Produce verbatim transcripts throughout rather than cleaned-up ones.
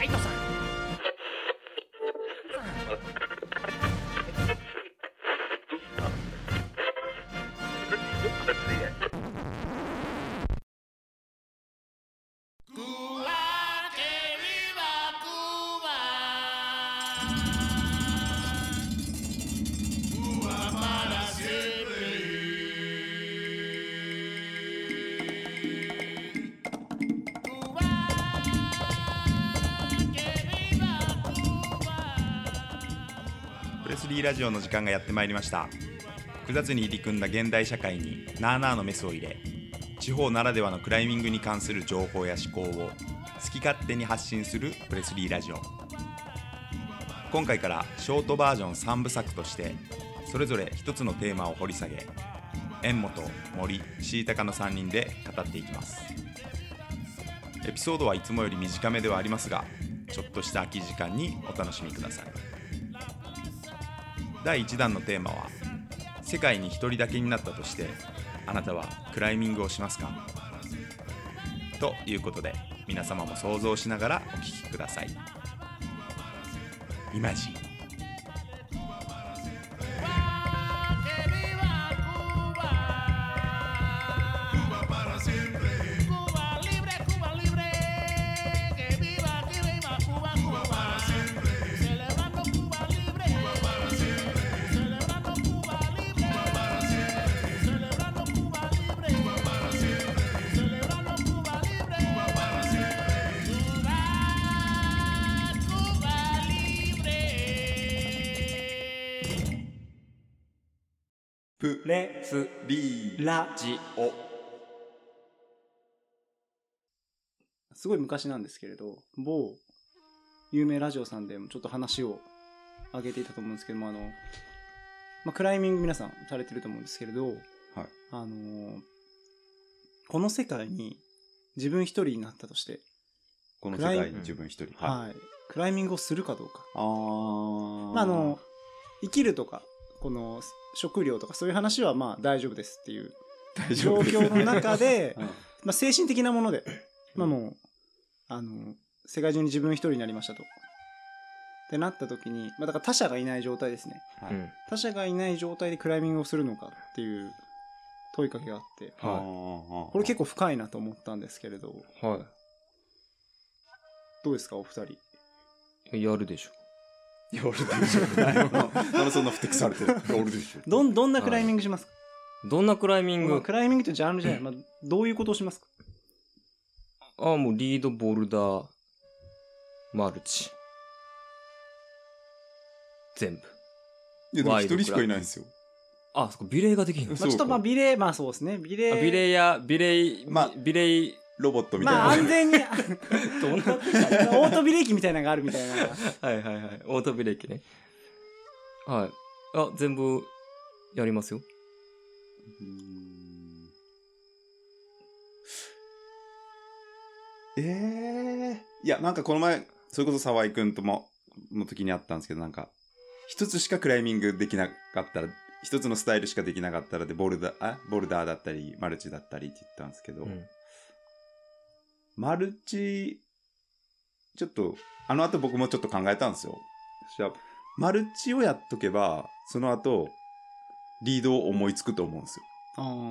イトさんプレスリーラジオの時間がやってまいりました。複雑に入り組んだ現代社会になあなあのメスを入れ、地方ならではのクライミングに関する情報や思考を好き勝手に発信するプレスリーラジオ。今回からショートバージョンさんぶさくとしてそれぞれ一つのテーマを掘り下げ、縁本、森、シータカのさんにんで語っていきます。エピソードはいつもより短めではありますが、ちょっとした空き時間にお楽しみください。だいいちだんのテーマは、世界に一人だけになったとしてあなたはクライミングをしますか、ということで、皆様も想像しながらお聞きください。イマジン。プレスリーラジオ。 すごい昔なんですけれど、某有名ラジオさんでもちょっと話を上げていたと思うんですけども、あの、まあ、クライミング皆さんされてると思うんですけれど、はい、あのこの世界に自分一人になったとして、 この世界に自分一人、 はい、はい、クライミングをするかどうか。 あー、 まあ、あの生きるとかこの食料とかそういう話はまあ大丈夫ですっていう状況の中で、うん、まあ精神的なもので、まあもうあの世界中に自分一人になりましたとってなった時に、まあ、だから他者がいない状態ですね、はい、他者がいない状態でクライミングをするのかっていう問いかけがあって、はい、これ結構深いなと思ったんですけれど、はい、どうですかお二人。 やるでしょ。 やるでしょ。なんでそんなふてくされてる。やるでしょ。 どんどんなクライミングしますか。 はい、どんなクライミング、 まあ、クライミングってジャンルじゃない、まあ、どういうことをしますか。 ああ、もうリード、ボルダー、マルチ、全部。 いやでも一人しかいないんですよ。 あ、そこビレイができるの。 まあ、ちょっとまあビレイ、まあそうですね、ビレイ、 ビレイやビレイ、まあ、ビレイロボットみたいな。 まあ安全にどんなオートビレーキみたいなのがあるみたいな。 はいはいはい、オートビレーキね。はい。あ、全部やりますよ。うーん。 ええー、いやなんかこの前それこそ沢井くんともの時にあったんですけど、なんか一つしかクライミングできなかったら、一つのスタイルしかできなかったらでボルダーあボルダーだったりマルチだったりって言ったんですけど、うん、マルチちょっとあの後僕もちょっと考えたんですよ。そしたらマルチをやっとけばその後リードを思いつくと思うんですよ。あ、うん、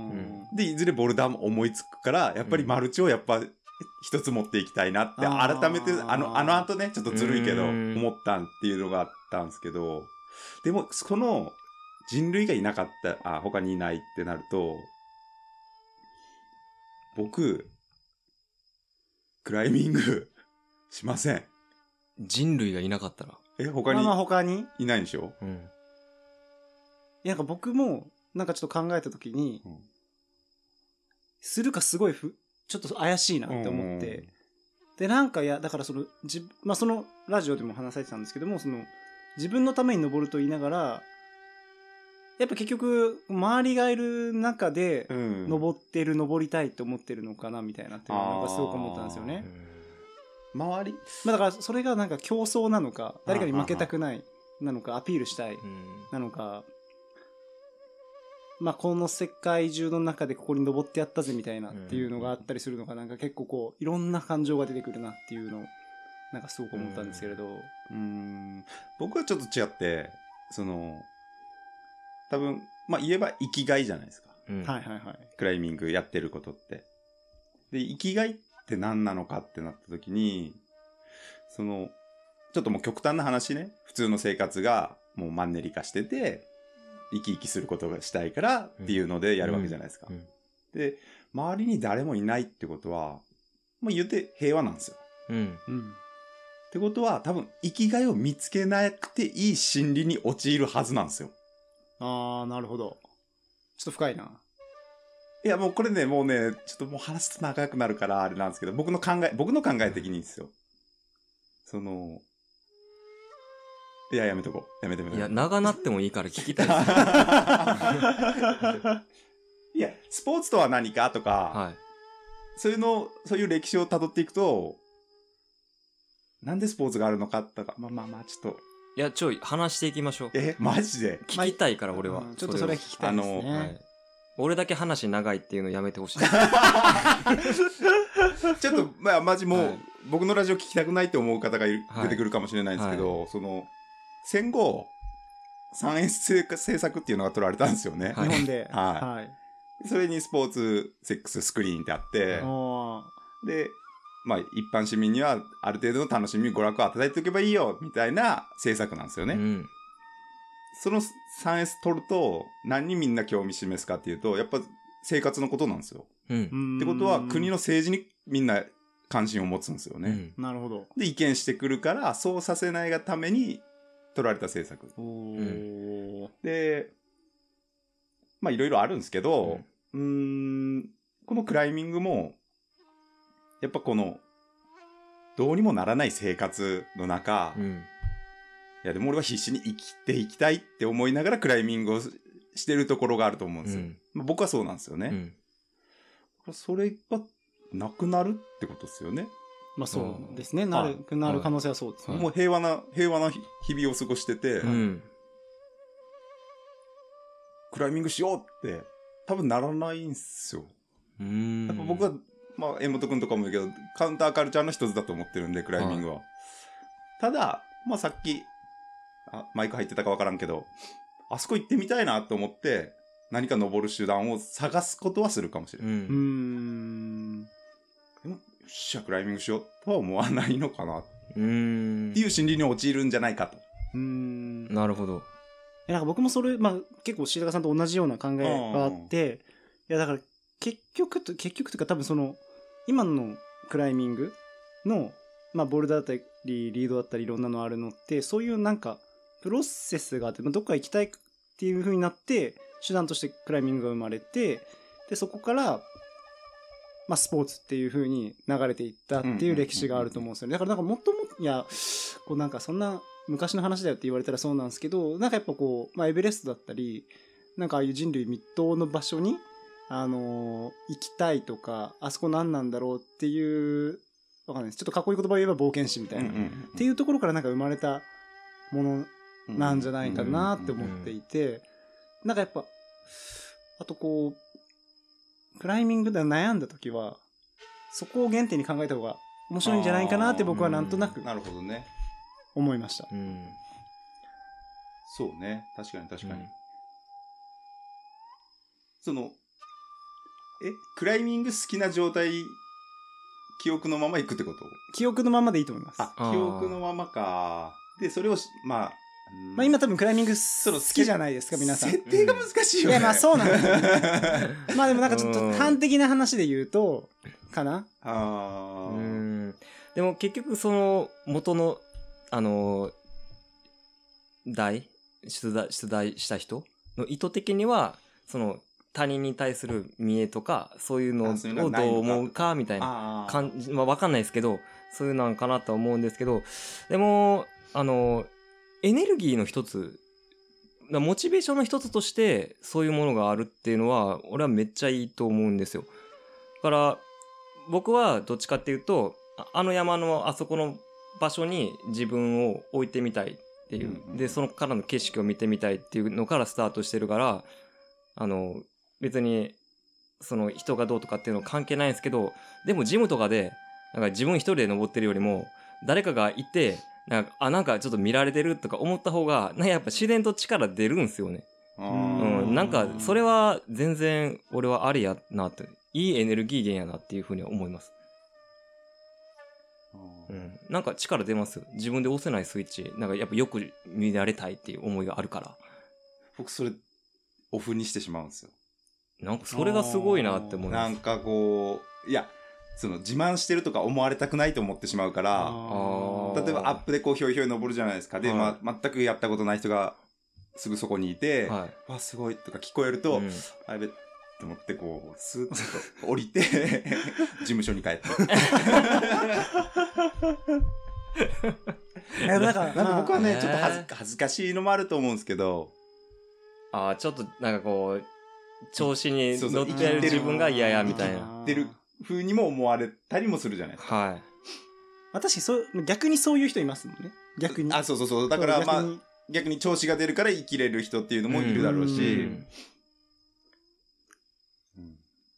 でいずれボルダーも思いつくから、やっぱりマルチをやっぱ一つ持っていきたいなって改めて、あのあの後ねちょっとずるいけど思ったんっていうのがあったんですけど、でもこの人類がいなかった、あ他にいないってなると、僕クライミングしません。 人類がいなかったら、 え他に、 まあまあ他にいないんでしょ。うん。 いやなんか僕もなんかちょっと考えた時に、うん、するかすごいふちょっと怪しいなって思って、うん、でなんかいやだからそのじまあそのラジオでも話されてたんですけども、その自分のために登ると言いながら、やっぱ結局周りがいる中で登ってる、うん、登りたいって思ってるのかなみたいなっていうのがなんかすごく思ったんですよね。 周り、 まあ、だからそれがなんか競争なのか、誰かに負けたくないなのか、アピールしたいなのか、まあこの世界中の中でここに登ってやったぜみたいなっていうのがあったりするのが、なんか結構こういろんな感情が出てくるなっていうのをなんかすごく思ったんですけれど。 うーん。僕はちょっと違って、その、多分、まあ言えば生きがいじゃないですか。 うんはいはいはい。 クライミングやってることって。で、生きがいって何なのかってなった時に、その、ちょっともう極端な話ね、普通の生活がもうマンネリ化してて、生き生きすることがしたいからっていうのでやるわけじゃないですか。 うんうんで、周りに誰もいないってことは、まあ言って平和なんですよ。 うんうん。 ってことは多分生きがいを見つけなくていい心理に陥るはずなんですよ。 あー、なるほど。ちょっと深いな。 いやもうこれね、もうね、ちょっともう話すと長くなるからあれなんですけど、僕の考え、僕の考え的にですよ。その、いややめとこう。やめてやめて。 いや、長なってもいいから聞きたいです。 いや、スポーツとは何かとか、 はい。 そういうの、そういう歴史を辿っていくと、なんでスポーツがあるのかとか、まあまあまあ、ちょっと、 いや、ちょい、話していきましょう。 え、マジで聞きたいから、俺はうん。ちょっとそれは聞きたいですね。 あのはい。俺だけ話長いっていうのやめてほしい。 ちょっと、まあ、マジもう、 はい僕のラジオ聞きたくないって思う方がいる、 はい出てくるかもしれないんですけど、その、戦後、三 エス 政策っていうのが取られたんですよね。 はい日本で。 はいはい。 それにスポーツセックススクリーンってあって、 おーで、まあ、一般市民にはある程度の楽しみ、娯楽を与えておけばいいよ、みたいな政策なんですよね。 うん。 その スリーエス 取ると、何にみんな興味示すかっていうと、やっぱ生活のことなんですよ。 うん。 ってことは、国の政治にみんな関心を持つんですよね。 うん。 なるほど。 で、意見してくるから、そうさせないがために取られた政策。 おー。 で、まあ、いろいろあるんですけど、うーん、このクライミングも、やっぱこの、どうにもならない生活の中、いうん。 やでも俺は必死に生きていきたいって思いながらクライミングをしてるところがあると思うんですよ。 うんまあ、僕はそうなんですよね。 うん。 それがなくなるってことですよね。 まあそうですね。なはいる、なる可能性はそうですね。 もう平和な、平和な日日々を過ごしてて、 うん。 クライミングしようって多分ならないんすよ。 うん。 やっぱ僕は、まあ、江本くんとかも言うけど、カウンターカルチャーの一つだと思ってるんで、クライミングは。ただ、まあさっき、あ、マイク入ってたかわからんけど、あそこ行ってみたいなと思って、何か登る手段を探すことはするかもしれない。 うんうー。ん。 でも、よっしゃ、クライミングしようとは思わないのかなっうん。 ていう心理に陥るんじゃないかと。 うーん。 なるほど。 えなんか僕もそれ、まあ結構椎高さんと同じような考えがあって、いやだから結局と、結局というか多分その、今のクライミングの、まあボルダーだったり、リードだったりいろんなのあるのって、そういうなんか、プロセスがあって、まあ、どっか行きたいっていう風になって、手段としてクライミングが生まれて、で、そこから、まあスポーツっていう風に流れていったっていう歴史があると思うんですよね。だからなんかもっとも、いや、こうなんかそんな、昔の話だよって言われたらそうなんですけど、なんかやっぱこう、まあ、エベレストだったり、なんかああいう人類密島の場所に、あのー行きたいとか、あそこ何なんだろうっていう、わかんないです。ちょっとかっこいい言葉を言えば冒険心みたいな。っていうところからなんか生まれたものなんじゃないかなって思っていて、なんかやっぱ、あとこう、クライミングで悩んだ時は、そこを原点に考えた方が面白いんじゃないかなって僕はなんとなくなるほどね。 思いました。 うん。 そうね。確かに確かに。 うんその、え、クライミング好きな状態、記憶のまま行くってこと？ 記憶のままでいいと思います。 あ、記憶のままか。で、それをし、まあ、うんまあ今多分クライミングその好きじゃないですか、皆さん。 設定が難しいよね。 いや、まあそうなんですよ。まあでもなんかちょっと端的な話で言うと、かなあーうん。でも結局その元の、あの、題出題、出題した人の意図的には、その他人に対する見栄とか、そういうのをあそういうのはどないのかう思うかみたいなあー。 感じ、まあわかんないですけど、そういうのなんかなとは思うんですけど、でも、あの、エネルギーの一つ、モチベーションの一つとして、そういうものがあるっていうのは、俺はめっちゃいいと思うんですよ。だから、僕はどっちかっていうと、ああの山のあそこの場所に自分を置いてみたいっていう、 うんうんで、そのからの景色を見てみたいっていうのからスタートしてるから、あの、別に、その人がどうとかっていうの関係ないんですけど、でもジムとかで、なんか自分一人で登ってるよりも、 誰かがいて、なんか、あ、なんかちょっと見られてるとか思った方が、なんかやっぱ自然と力出るんすよね。 ううん、なんか、それは全然俺はありやなって、いいエネルギー源やなっていうふうに思います。うん、なんか力出ますよ。自分で押せないスイッチ、なんかやっぱよく見られたいっていう思いがあるから。 僕それオフにしてしまうんですよ。 なんかそれがすごいなって思います。 なんかこう、いや、その自慢してるとか思われたくないと思ってしまうから、 あー例えばアップでこうひょいひょい登るじゃないですか。で、 はいまあ、全くやったことない人がすぐそこにいて、 はいわ、すごいとか聞こえると、 うんあれと思ってこう、スーッと降りて、事務所に帰って。 いやだからなんか僕はね、 まあちょっと恥ず恥ずかしいのもあると思うんですけど、 ああ、ちょっとなんかこう、調子にそうそう乗ってる自分が嫌やみたいな。 言ってる風にも思われたりもするじゃないですか。 はい。 私そう逆にそういう人いますもんね。逆に。 あ、そうそうそう。だからまあ逆に、 逆に調子が出るから生きれる人っていうのもいるだろうし、 うんうん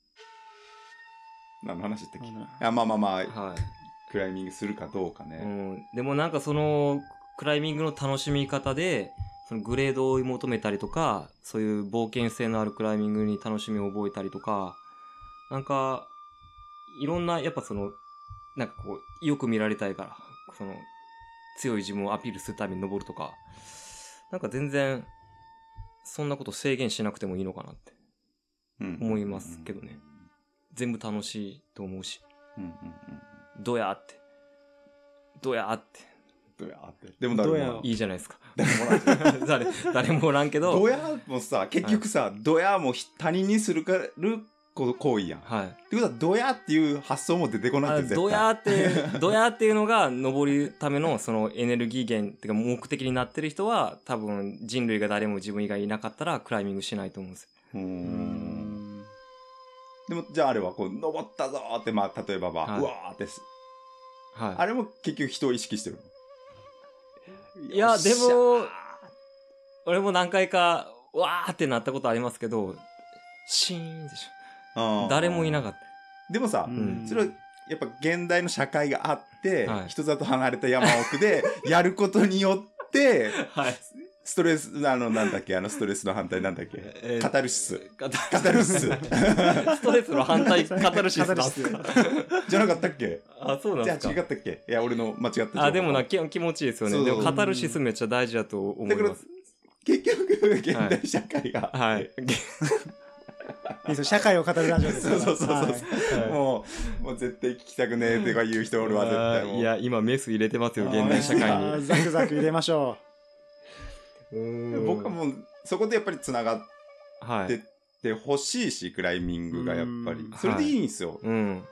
何の話だったっけ、 うんあまあまあまあ、 はクライミングするかどうかい。うね。 ん。でもなんかその、クライミングの楽しみ方で、そのグレードを追い求めたりとか、そういう冒険性のあるクライミングに楽しみを覚えたりとか、なんか、いろんな、やっぱその、なんかこう、よく見られたいから、その、強い自分をアピールするために登るとか、なんか全然、そんなこと制限しなくてもいいのかなってうん思いますけどね。全部楽しいと思うし、 うんうんうん。 どうやって、どうやって、 どうやって。でも誰もどうやいいじゃないですか。 誰もおらん誰、誰もおらんけど、 どやもさ、結局さ、どやも他人にするかるこ行為やん。っはい。 てことは、どやっていう発想も出てこないあって絶対。 どやっていう、どやっていうのが登るためのそのエネルギー源っていうか目的になってる人は多分人類が誰も自分以外いなかったらクライミングしないと思うんですよ。 うー。 うんんでも、じゃああれは、こう、登ったぞーって、まあ、例えばまあ、 はいうわーってす、 はあれも結局人を意識してるの。 い。いや、 よっしゃでも、俺も何回か、わーってなったことありますけど、シーンでしあょ。 ー誰もいなかっでもさ、 んそれはやっぱ現代の社会があって、 はい人里離れた山奥でやることによって、 た。はい。 ストレス、あの、なんだっけ、あのストレスの反対なんだっけ、 えーカタルシス。 カタカタルシス。 ストレスの反対、カタルシスカタルシスなんすか。 じゃなかったっけあ、そうなんじゃあですか。 違ったっけいや、俺の間違った情報。 あ、でもな、き気持ちいいですよね。 そうでもカタルシスめっちゃ大事だと思だからいます。、 結局、現代社会が、 はい。 いいですよ社会を語るラジオですから。 そうそうそうそうはいもう、もう絶対聞きたくねえとか言う人俺は絶対もう。 いや、今メス入れてますよ、 あー現代社あ会ーザクザク入れましょに。 僕はもう、そこでやっぱり繋がっはい。 てってほしいし、クライミングがやっぱりうん。 それでいいんですよ。 うん。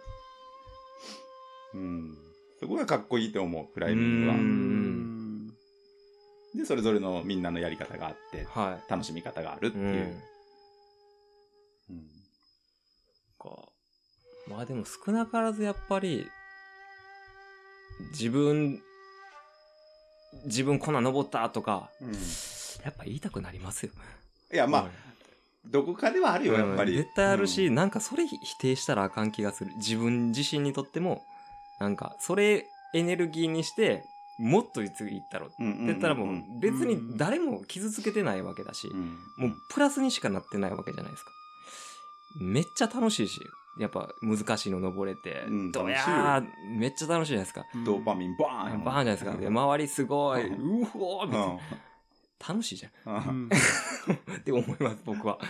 うん。そこがかっこいいと思う、クライミングはう。 う。 んん。 で、それぞれのみんなのやり方があって、 は楽しみ方があるってい。 いうう。 ん。 うんか。まあでも少なからずやっぱり、自分、自分こんなん登ったとか、 うんやっぱ言いたくなりますよ。 いや、まあ、どこかではあるよ、やっぱり。 うん絶対あるし、 うんなんかそれ否定したらあかん気がする。自分自身にとっても、なんか、それエネルギーにして、もっと次行ったろってうんうんうんうん言ったらもう別に誰も傷つけてないわけだし、 うんもうプラスにしかなってないわけじゃないですか。めっちゃ楽しいし、やっぱ難しいの登れて、 うんどや楽ー、めっちゃ楽しいじゃないですか。 ドーパミンバーンバーンじゃないですか。で、周りすごい、 うんうほーみたいな。楽しいじゃん。 うんうんって思います、僕は。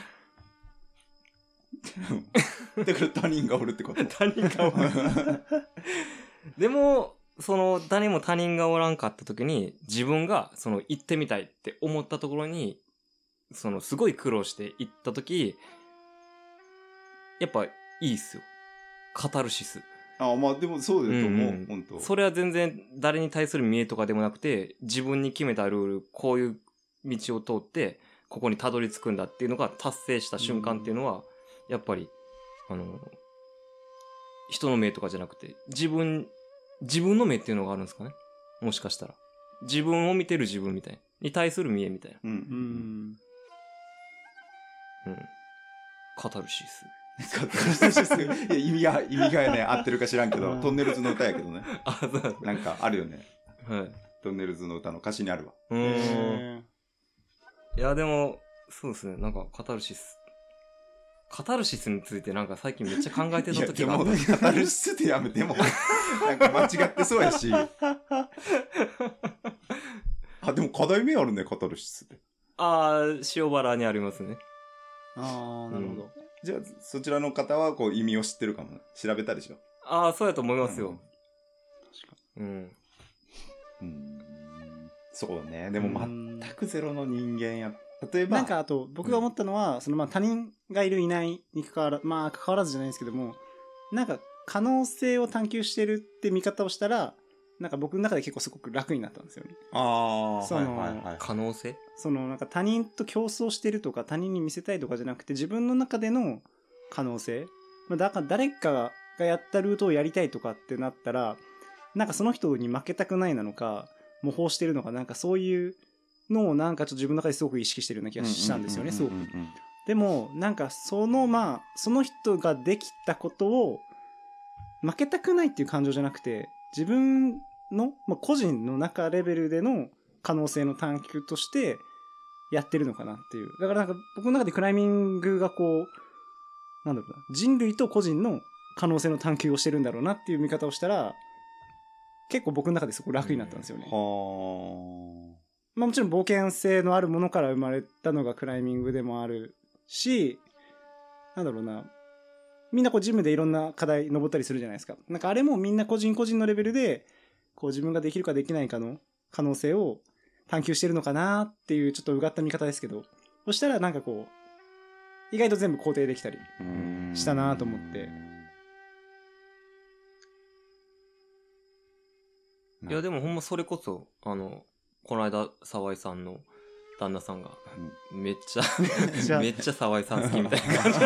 だから他人がおるってこと。 他人がおる。でも、その、誰も他人がおらんかった時に、自分が、その、行ってみたいって思ったところに、その、すごい苦労して行った時、やっぱ、いいっすよ。カタルシス。 あ、まあでもそうだと思う、 うんうん本当。 それは全然、誰に対する見栄とかでもなくて、自分に決めたルール、こういう道を通って、ここにたどり着くんだっていうのが達成した瞬間っていうのは、やっぱり、あの、人の目とかじゃなくて、自分、自分の目っていうのがあるんですかね。もしかしたら。自分を見てる自分みたいな。に対する見栄みたいな。 うん。 うん。 うん。カタルシス。 カタルシス。いや、意味が、意味がね、合ってるか知らんけど、トンネルズの歌やけどね。 あ、そうなんですなんかあるよね。 はい。 トンネルズの歌の歌詞にあるわ。 うーん。いや、でも、そうですね。なんか、カタルシス。カタルシスについてなんか最近めっちゃ考えてた時があった。 いや、でもカタルシスってやめても、なんか間違ってそうやし。あ、でも課題名あるね、カタルシスって。 ああ、塩原にありますね。 ああ、なるほど。うん、 じゃあ、そちらの方はこう意味を知ってるかもね。調べたでしょ。 ああ、そうやと思いますよ。 うん、 確かに。うん。 うん。そうね。でも全くゼロの人間や。例えば。 なんかあと、僕が思ったのは、うん、そのまあ他人がいるいないに関わらず、まあ関わらずじゃないですけども、なんか可能性を探求してるって見方をしたら、なんか僕の中で結構すごく楽になったんですよね。 ああ、 その、 はいはいはい、 可能性？ そのなんか他人と競争してるとか他人に見せたいとかじゃなくて自分の中での可能性、まあ、だから誰かがやったルートをやりたいとかってなったら、なんかその人に負けたくないなのか模倣してるのか、なんかそういうのをなんかちょっと自分の中ですごく意識してるような気がしたんですよね、すごく。でもなんかそのまあその人ができたことを負けたくないっていう感情じゃなくて、自分の、まあ、個人の中レベルでの可能性の探求としてやってるのかなっていう。だからなんか僕の中でクライミングがこう、なんだろうな、人類と個人の可能性の探求をしてるんだろうなっていう見方をしたら、結構僕の中ですごく楽になったんですよね。 はあ。 まあもちろん冒険性のあるものから生まれたのがクライミングでもあるし、なんだろうな、みんなこうジムでいろんな課題登ったりするじゃないですか。なんかあれもみんな個人個人のレベルで、こう自分ができるかできないかの可能性を探求してるのかなっていうちょっとうがった見方ですけど、そしたらなんかこう意外と全部肯定できたりしたなと思って。 いやでもほんまそれこそあのこの間沢井さんの旦那さんが、うん、めっちゃめっちゃ沢井さん好きみたいな感じ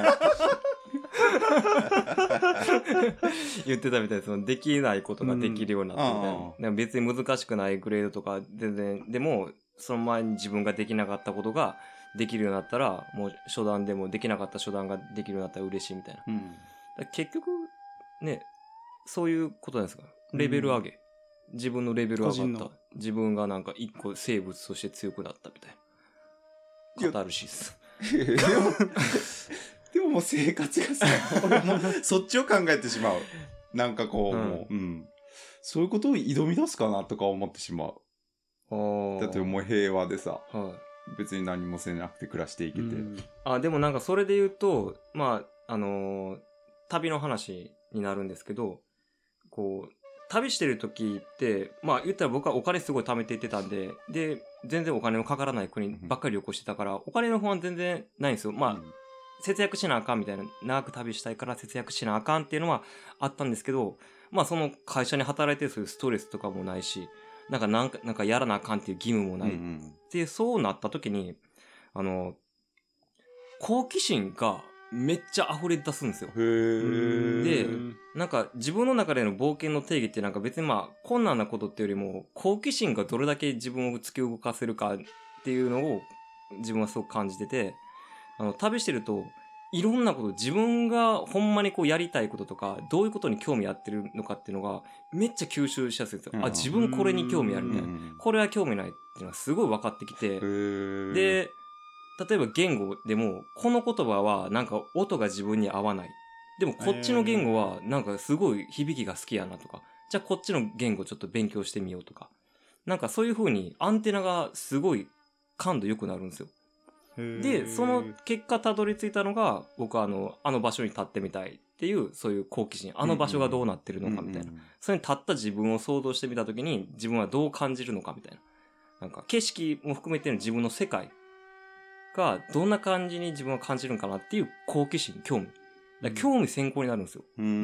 言ってたみたいです。そのできないことができるようになったみたいな、うん、でも別に難しくないグレードとか全然でもその前に自分ができなかったことができるようになったらもう初段でもできなかった初段ができるようになったら嬉しいみたいな、うん、だ結局ねそういうことなんですか。レベル上げ、うん、自分のレベル上がった、自分がなんか一個生物として強くなったみたいなカタルシスでもでももう生活がさ俺もそっちを考えてしまう。なんかこう、うん、もう、うん、そういうことを挑み出すかなとか思ってしまう。あだってもう平和でさ、はい、別に何もせなくて暮らしていけて、うん、 あでもなんかそれで言うとまああのー、旅の話になるんですけど、こう旅してる時ってまあ言ったら僕はお金すごい貯めていってたんで、で全然お金のかからない国ばっかり旅行してたから、うん、お金の不安全然ないんですよ。まあ、うん節約しなあかんみたいな、長く旅したいから節約しなあかんっていうのはあったんですけど、まあその会社に働いてるそういうストレスとかもないし、なんかなんか、なんかやらなあかんっていう義務もない。うんうん、で、そうなった時に、あの、好奇心がめっちゃ溢れ出すんですよ。で、なんか自分の中での冒険の定義ってなんか別にまあ困難なことっていうよりも、好奇心がどれだけ自分を突き動かせるかっていうのを自分はすごく感じてて、あの旅してるといろんなこと自分がほんまにこうやりたいこととかどういうことに興味あってるのかっていうのがめっちゃ吸収しやすいんですよ、うん、あ自分これに興味あるみたいな、これは興味ないっていうのはすごい分かってきて、で例えば言語でもこの言葉はなんか音が自分に合わない、でもこっちの言語はなんかすごい響きが好きやなとか、じゃあこっちの言語ちょっと勉強してみようとか、なんかそういう風にアンテナがすごい感度良くなるんですよ。でその結果たどり着いたのが僕はあのあの場所に立ってみたいっていうそういう好奇心、あの場所がどうなってるのかみたいな、うんうん、それに立った自分を想像してみた時に自分はどう感じるのかみたいな、なんか景色も含めての自分の世界がどんな感じに自分は感じるのかなっていう好奇心、興味だ興味先行になるんですよ。うーん、うん、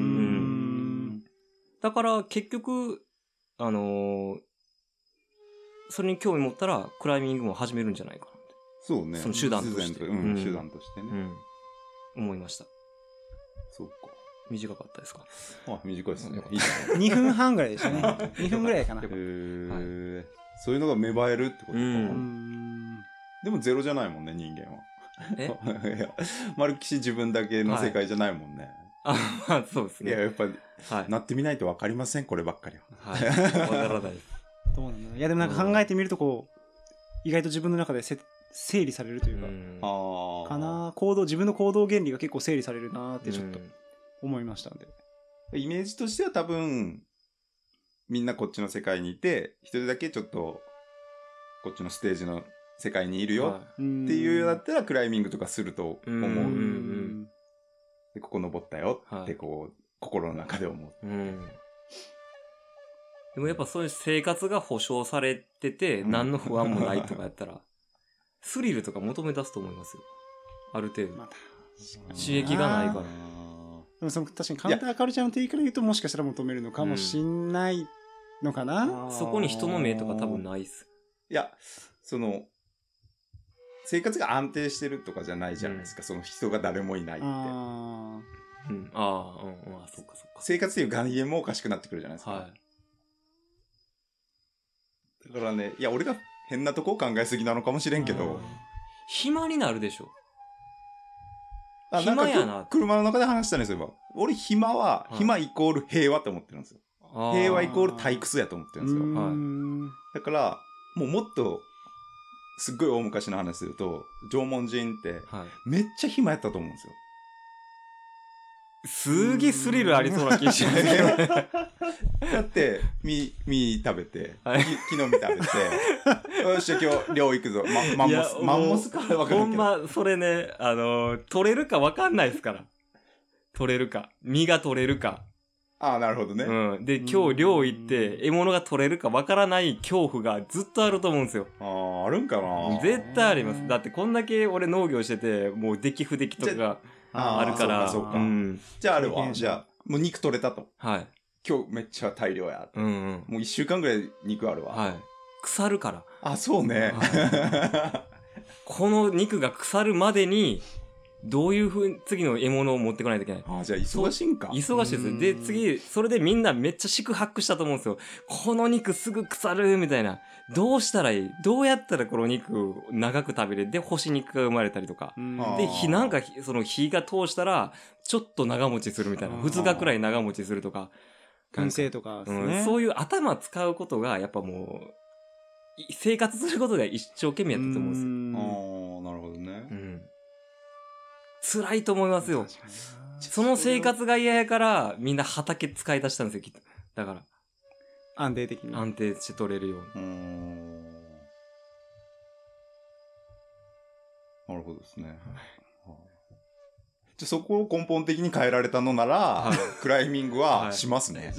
だから結局あのー、それに興味持ったらクライミングも始めるんじゃないかな。 そうね。 その手段として。 うん、手段としてね、 うん。思いました。 そうか。 短かったですか？ あ、短いですね。 いいねにふんはんぐらいでしたね。にふんぐらいかな。へー、はい。そういうのが芽生えるってことか。うん、でもゼロじゃないもんね、人間は。 えいや、丸岸自分だけの世界じゃないもんね。 あ、まあそうですね。 いや、やっぱり、 はい。 なってみないとわかりません、こればっかりは。 はい。わからないです。 どうなんだいやでもなんか考えてみるとこう、意外と自分の中でせ整理されるというか、 うんああ。 かな行動自分の行動原理が結構整理されるなーってちょっとうん思いましたんで、 イメージとしては多分、みんなこっちの世界にいて、一人だけちょっと、こっちのステージの世界にいるよはっていうようだったらクライミングとかすると思う。 うんうんでここ登ったよっはいてこう、心の中で思う。 うん。でもやっぱそういう生活が保障されてて、 うん何の不安もないとかやったら、スリルとか求め出すと思いますよ。ある程度。 また刺激がないから。 でもその確かにカウンターカルチャーの定義から言うともしかしたら求めるのかもしんないのかな、 そこに人の目とか多分ないっす。 いや、その、生活が安定してるとかじゃないじゃないですか。その人が誰もいないって。 あうん。ああ、うん、うん、あそっかそっか。 生活っていう概念もおかしくなってくるじゃないですか。 はい。 だからね、いや、俺が変なとこを考えすぎなのかもしれんけどうん、暇になるでしょ。 あなんか暇やなく車の中で話したんですよ。俺、暇は、 はい暇イコール平和って思ってるんですよ。 あー平和イコール退屈やと思ってーるんですよ。 うーんだから、もうもっと、すっごい大昔の話すると、縄文人って、 はい。 めっちゃ暇やったと思うんですよ。 すげえスリルありそうな気がしますけどね。 だって、み、み食べて、 はいき昨日み食べて、よっしゃ、今日、漁行くぞ。ま、マンモス、マンモスかわかほんんけど。 ま、それね、あのー、取れるかわかんないですから。取れるか。身が取れるか。 ああ、なるほどね。 うん。で、今日漁行って、獲物が取れるかわからない恐怖がずっとあると思うんですよ。 ああ、あるんかな。 絶対あります。だってこんだけ俺農業してて、もう出来不出来とかがあーあるから。 そうかそうかん。 じゃああるわ。 経験者じゃあ、もう肉取れたと。 はい。 今日めっちゃ大量や。 うんうん。 もう一週間ぐらい肉あるわ。 はい。腐るから。 あ、そうね。 この肉が腐るまでに、どういうふうに次の獲物を持ってこないといけない。 あ、じゃあ忙しいんか。 忙しいですよ。 うんで、次、それでみんなめっちゃ四苦八苦したと思うんですよ。この肉すぐ腐るみたいな。どうしたらいいどうやったらこの肉を長く食べれるで、干し肉が生まれたりとか。 うんあーで、火なんか、その火が通したら、ちょっと長持ちするみたいな。 あーふつかくらい長持ちするとか。 燻製とかですね、 うん、そういう頭使うことが、やっぱもう、い生活することが一生懸命やったと思うんですよ。 ああ、なるほどね。 うん。辛いと思いますよ。 確かになその生活が嫌やから、みんな畑使い出したんですよ、きっと。だから、 安定的に安定して取れるように。 うーん。なるほどですね。じゃあそこを根本的に変えられたのなら、 はいクライミングはしますね。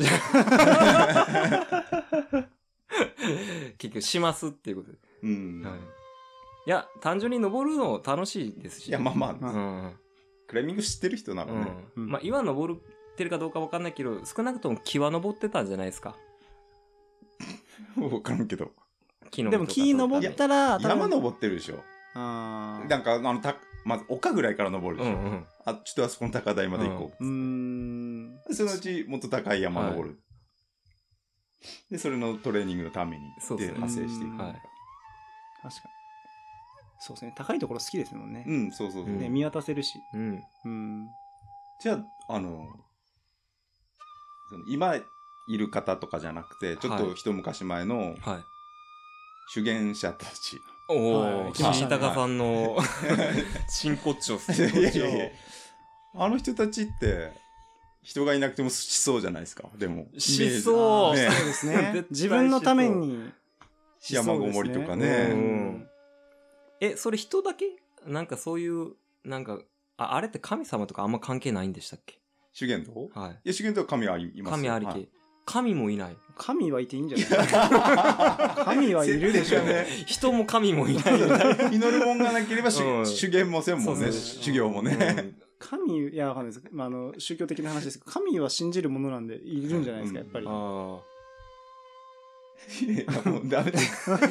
結局、しますっていうことで。 うん。 はい。いや、単純に登るの楽しいですし。 いや、まあまあ、 まあうん。 クライミング知ってる人ならね。 うん。 うんまあ、岩登ってるかどうかわかんないけど、少なくとも木は登ってたんじゃないですか。 わからんけど。 木のでも木登ったら多分山登ってるでしょ。 あーなんか、あの、た、まず丘ぐらいから登るでしょ。 うんうん。 あ、ちょっとあそこの高台まで行こうーんう。そのうちもっと高い山登る。で、それのトレーニングのために、で、 そうですね派生していく。 はい確かにそうですね高いところ好きですもんね、 うん、そうそうそう。 うんね見渡せるしうん。 うんじゃあ、あの、その今いる方とかじゃなくて、ちょっと一昔前のはい。 修験者たち。 おー、 はい来ましたね新高さんの真骨頂っすいね。 やいやいやあの人たちって、人がいなくてもしそうじゃないですか。でも。 しそうねそうですね絶対自分のためにしそうですね山ごもりとかねうんえ、それ人だけなんかそういう、なんか、あ、あれって神様とかあんま関係ないんでしたっけ？ 修験道はい。 いや、修験道は神はいますよ。 神ありはいき。神もいない。 神はいていいんじゃない神はいるでしょうね人も神もいないみたいな。 祈るもんがなければ、しうん修験もせんもんね。 そうそう修行もね。 うん神いやわかんないです、まあ、あの宗教的な話ですけど神は信じるものなんでいるんじゃないですか、 うんやっぱりあいや、もうダメだ。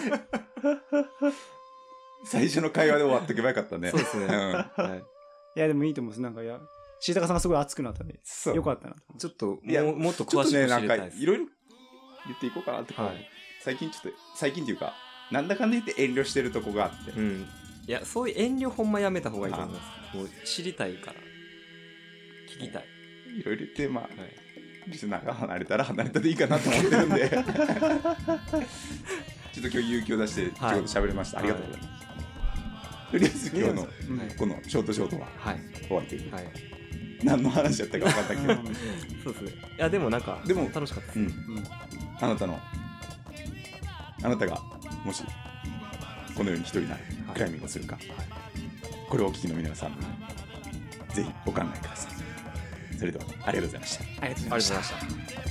最初の会話で終わっとけばよかったあ、 ね。 そうですね。 うんはい。 いやでもいいと思うんですなんかいや椎高さんがすごい熱くなったんでそうよかったなとちょっと、 いやもう、もっと詳しく知ちょっとね、なんか、 りたいです。 いろいろ言っていこうかなって、 はい。 最近ちょっと、最近っていうか、なんだかんだ言って遠慮してるとこがあって、 うん。 いやそういう遠慮ほんまやめた方がいいと思います。もう知りたいから聞きたい。 いろいろ言ってまあ、 はい、 リスナーが離れたら離れたでいいかなと思ってるんでちょっと今日勇気を出してちょっと喋れました、はい、ありがとうございます、はい、とりあえず今日のこのショートショートは終わりという、はいはい、何の話だったか分かったけどそうですね。いやでもなんかでも楽しかったです、うんうん、 あなたのあなたがもしこのように一人なクライミングをするか、はい、これをお聞きの皆さん、はい、ぜひお考えください。それではありがとうございました。 ありがとうございました。